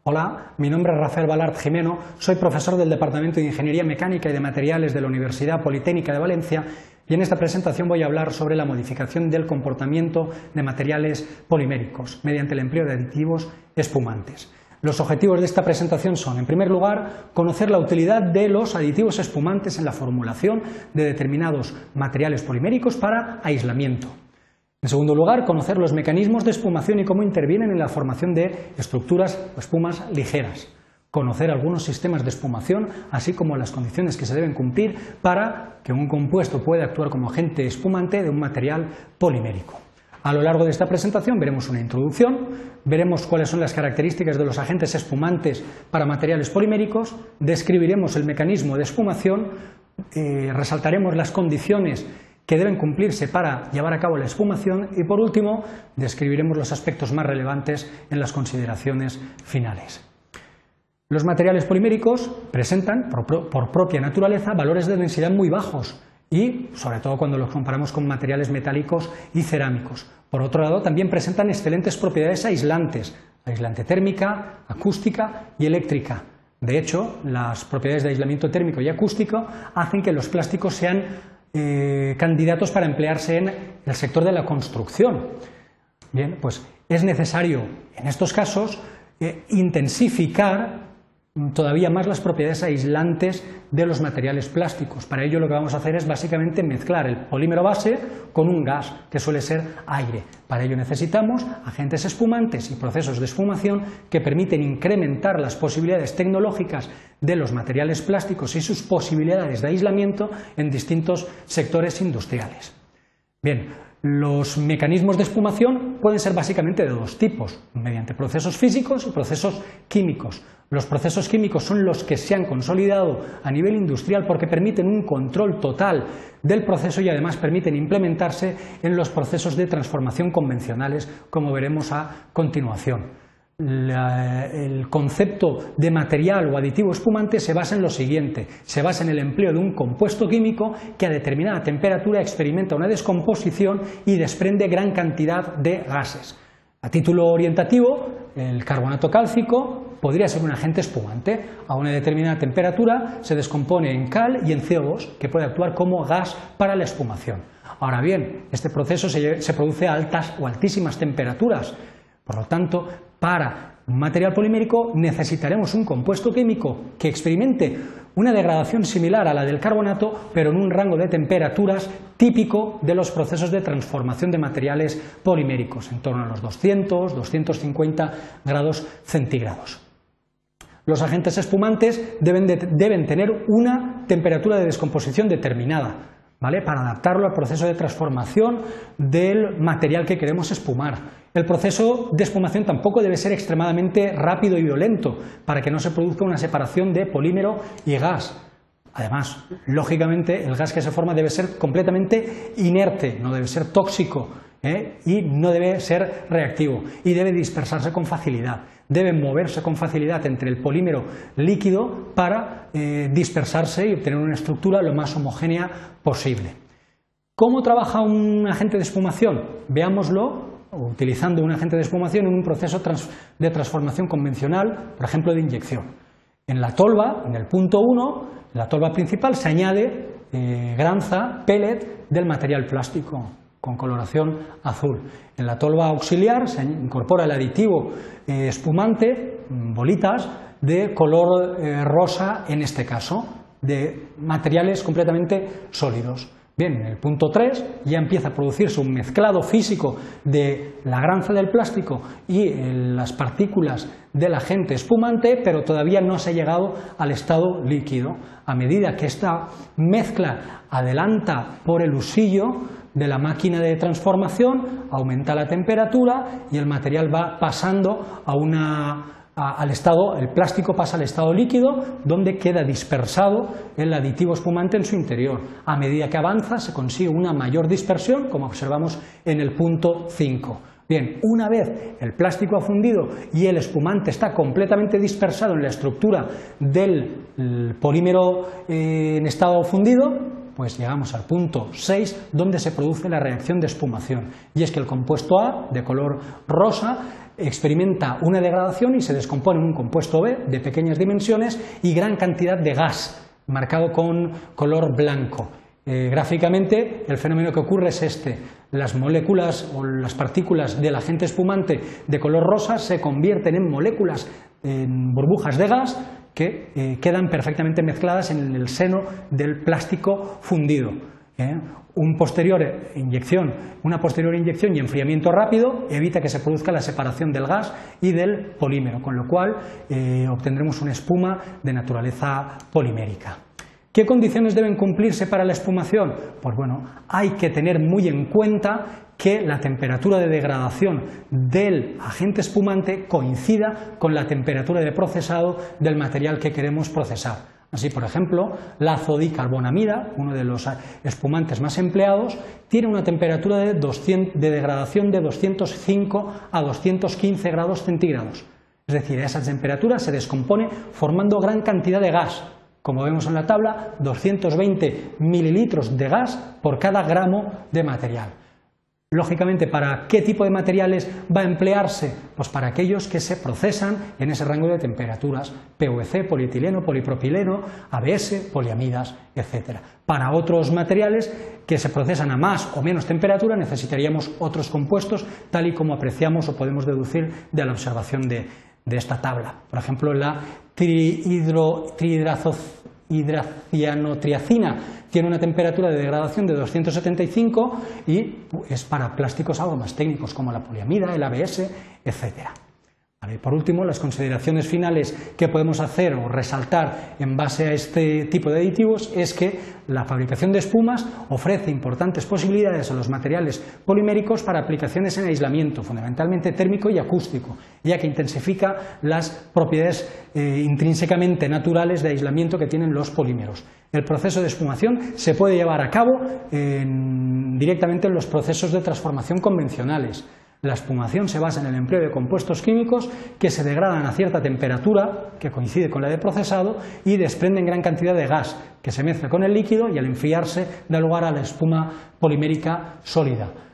Hola, mi nombre es Rafael Balart Jimeno, soy profesor del Departamento de Ingeniería Mecánica y de Materiales de la Universidad Politécnica de Valencia y en esta presentación voy a hablar sobre la modificación del comportamiento de materiales poliméricos mediante el empleo de aditivos espumantes. Los objetivos de esta presentación son, en primer lugar, conocer la utilidad de los aditivos espumantes en la formulación de determinados materiales poliméricos para aislamiento. En segundo lugar, conocer los mecanismos de espumación y cómo intervienen en la formación de estructuras o espumas ligeras. Conocer algunos sistemas de espumación, así como las condiciones que se deben cumplir para que un compuesto pueda actuar como agente espumante de un material polimérico. A lo largo de esta presentación veremos una introducción, veremos cuáles son las características de los agentes espumantes para materiales poliméricos, describiremos el mecanismo de espumación, resaltaremos las condiciones que deben cumplirse para llevar a cabo la espumación y, por último, describiremos los aspectos más relevantes en las consideraciones finales. Los materiales poliméricos presentan, por propia naturaleza, valores de densidad muy bajos y, sobre todo, cuando los comparamos con materiales metálicos y cerámicos. Por otro lado, también presentan excelentes propiedades aislantes, aislante térmica, acústica y eléctrica. De hecho, las propiedades de aislamiento térmico y acústico hacen que los plásticos sean candidatos para emplearse en el sector de la construcción. Bien, pues es necesario en estos casos intensificar todavía más las propiedades aislantes de los materiales plásticos. Para ello lo que vamos a hacer es básicamente mezclar el polímero base con un gas que suele ser aire. Para ello necesitamos agentes espumantes y procesos de esfumación que permiten incrementar las posibilidades tecnológicas de los materiales plásticos y sus posibilidades de aislamiento en distintos sectores industriales. Bien, los mecanismos de espumación pueden ser básicamente de dos tipos, mediante procesos físicos y procesos químicos. Los procesos químicos son los que se han consolidado a nivel industrial porque permiten un control total del proceso y además permiten implementarse en los procesos de transformación convencionales, como veremos a continuación. El concepto de material o aditivo espumante se basa en lo siguiente, se basa en el empleo de un compuesto químico que a determinada temperatura experimenta una descomposición y desprende gran cantidad de gases. A título orientativo, el carbonato cálcico podría ser un agente espumante. A una determinada temperatura se descompone en cal y en CO2, que puede actuar como gas para la espumación. Ahora bien, este proceso se produce a altas o altísimas temperaturas. Por lo tanto, para un material polimérico necesitaremos un compuesto químico que experimente una degradación similar a la del carbonato, pero en un rango de temperaturas típico de los procesos de transformación de materiales poliméricos, en torno a los 200-250 grados centígrados. Los agentes espumantes deben tener una temperatura de descomposición determinada, ¿vale?, para adaptarlo al proceso de transformación del material que queremos espumar. El proceso de espumación tampoco debe ser extremadamente rápido y violento para que no se produzca una separación de polímero y gas. Además, lógicamente, el gas que se forma debe ser completamente inerte, no debe ser tóxico y no debe ser reactivo y debe dispersarse con facilidad. Debe moverse con facilidad entre el polímero líquido para dispersarse y obtener una estructura lo más homogénea posible. ¿Cómo trabaja un agente de espumación? Veámoslo utilizando un agente de espumación en un proceso de transformación convencional, por ejemplo de inyección. En la tolva, en el punto 1, en la tolva principal se añade granza, pellet del material plástico con coloración azul. En la tolva auxiliar se incorpora el aditivo espumante, bolitas de color rosa en este caso, de materiales completamente sólidos. Bien, en el punto 3 ya empieza a producirse un mezclado físico de la granza del plástico y las partículas del agente espumante, pero todavía no se ha llegado al estado líquido. A medida que esta mezcla adelanta por el usillo de la máquina de transformación, aumenta la temperatura y el material va pasando el plástico pasa al estado líquido, donde queda dispersado el aditivo espumante en su interior. A medida que avanza se consigue una mayor dispersión, como observamos en el punto 5. Bien, una vez el plástico ha fundido y el espumante está completamente dispersado en la estructura del polímero en estado fundido, Pues llegamos al punto 6, donde se produce la reacción de espumación. Y es que el compuesto A, de color rosa, experimenta una degradación y se descompone en un compuesto B de pequeñas dimensiones y gran cantidad de gas, marcado con color blanco. Gráficamente, el fenómeno que ocurre es este: las moléculas o las partículas del agente espumante de color rosa se convierten en moléculas, en burbujas de gas, que quedan perfectamente mezcladas en el seno del plástico fundido. Una posterior inyección y enfriamiento rápido evita que se produzca la separación del gas y del polímero, con lo cual obtendremos una espuma de naturaleza polimérica. ¿Qué condiciones deben cumplirse para la espumación? Pues bueno, hay que tener muy en cuenta que la temperatura de degradación del agente espumante coincida con la temperatura de procesado del material que queremos procesar. Así, por ejemplo, la azodicarbonamida, uno de los espumantes más empleados, tiene una temperatura de degradación de 205 a 215 grados centígrados. Es decir, a esa temperatura se descompone formando gran cantidad de gas. Como vemos en la tabla, 220 mililitros de gas por cada gramo de material. Lógicamente, ¿para qué tipo de materiales va a emplearse? Pues para aquellos que se procesan en ese rango de temperaturas: PVC, polietileno, polipropileno, ABS, poliamidas, etc. Para otros materiales que se procesan a más o menos temperatura necesitaríamos otros compuestos, tal y como apreciamos o podemos deducir de la observación de esta tabla. Por ejemplo, la trihidracianotriacina tiene una temperatura de degradación de 275 y es para plásticos algo más técnicos como la poliamida, el ABS, etc. Por último, las consideraciones finales que podemos hacer o resaltar en base a este tipo de aditivos es que la fabricación de espumas ofrece importantes posibilidades a los materiales poliméricos para aplicaciones en aislamiento, fundamentalmente térmico y acústico, ya que intensifica las propiedades intrínsecamente naturales de aislamiento que tienen los polímeros. El proceso de espumación se puede llevar a cabo directamente en los procesos de transformación convencionales. La espumación se basa en el empleo de compuestos químicos que se degradan a cierta temperatura, que coincide con la de procesado, y desprenden gran cantidad de gas, que se mezcla con el líquido y al enfriarse da lugar a la espuma polimérica sólida.